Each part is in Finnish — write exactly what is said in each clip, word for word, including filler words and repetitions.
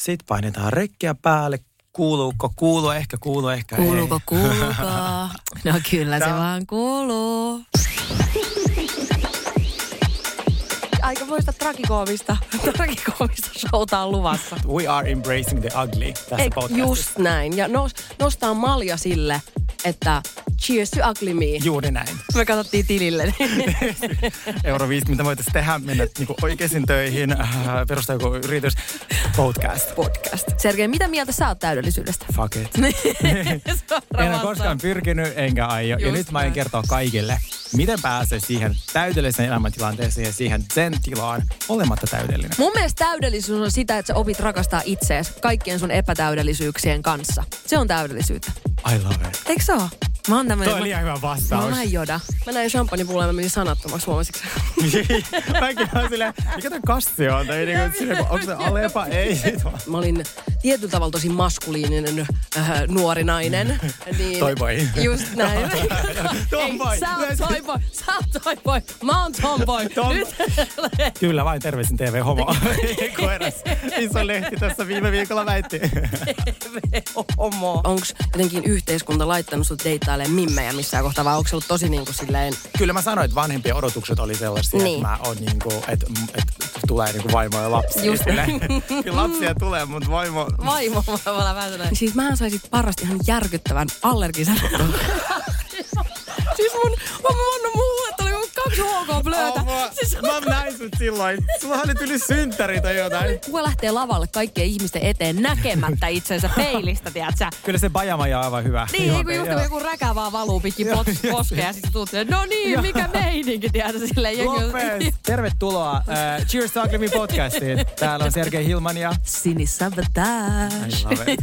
Sit painetaan rekkiä päälle. Kuuluuko? Kuuluu ehkä, kuuluu ehkä. Kuuluuko, ei. kuuluuko? No kyllä Tää... se vaan kuuluu. Aika muista tragikoomista. Tragikoomista showta on luvassa. We are embracing the ugly tässä Eik, podcastissa. Just näin. Ja nos, nostaa malja sille, että cheers to ugly me. Juuri näin. Me katsottiin tilille. Euroviisi, mitä voitaisiin tehdä, mennä niinku oikeisiin töihin, äh, perustaa joku yritys. Podcast. Podcast. Sergei, mitä mieltä sä oot täydellisyydestä? Fuck it. En ole koskaan pyrkinyt, enkä aio. Just ja nyt mä aion kertoa kaikille, miten pääsee siihen täydelliseen elämäntilanteeseen ja siihen sen tilaan olematta täydellinen. Mun mielestä täydellisyys on sitä, että sä opit rakastaa itseäsi kaikkien sun epätäydellisyyksien kanssa. Se on täydellisyyttä. I love it. Eikö se oo? Mä oon tämmönen... Toi on liian hyvä vastaus. Mä oon vähän joda. Mä näin champagnepulloa ja mä menin sanattomaksi, huomasitko sä? Mäkin oon silleen, mikä toi kassi on? Tai niinku, silleen, onko se Alepa? Ei. Mä olin tietyllä tavalla tosi maskuliininen äh, nuori nainen. Niin, toi boy. Just näin. Tomboy. Sä oot toi boy. Sä oot toi boy. Mä oon tomboy. Tom... Nyt. Kyllä vain, terveisin T V-homo. Koiras. Iso lehti tässä viime viikolla väitti. T V-homo. Onks jotenkin yhteiskunta laittanut sut deittailemaan mimmejä missään kohtaa, vai onko se ollut tosi niinku silleen... Kyllä mä sanoin, että vanhempien odotukset oli sellaisia, niin. että mä oon niinku, että, että tulee niinku vaimo ja lapsia. Just Kyllä lapsia tulee, mutta vaimo... Vaimo, mä olen vähän sellainen. Siis mähän saisin parasti ihan järkyttävän allergisen. Siis mun, mun, mun mulle tuli kaksi H K-blöötä. Oh, siis mä näin sut silloin. Sullahan nyt yli synttäri tai jotain. Kuka lähtee lavalle kaikkien ihmisten eteen näkemättä itsensä peilistä, tiedätkö? Kyllä se bajamaja on aivan hyvä. Niin, joku just joku räkä vaan valuu pitkin poskea ja sitten tuut no niin, mikä meininki, tiedätkö? Silleen Lopes, tervetuloa uh, Cheers to Ugly Me podcastiin. Täällä on Sergei Hilman ja... Sini Sabotage.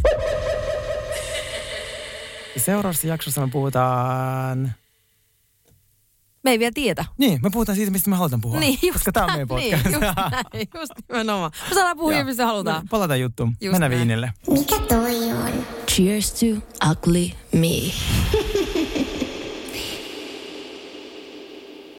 Seuraavassa jaksossa me puhutaan... Me ei vielä tiedä. Niin, me puhutaan siitä, mistä me halutaan puhua. Niin, just koska tää on meidän podcast. Niin, just näin, just nimenomaan. Me saadaan puhua, mistä halutaan. No, palataan juttuun. Mennään viinille. Mikä toi on? Cheers to ugly me.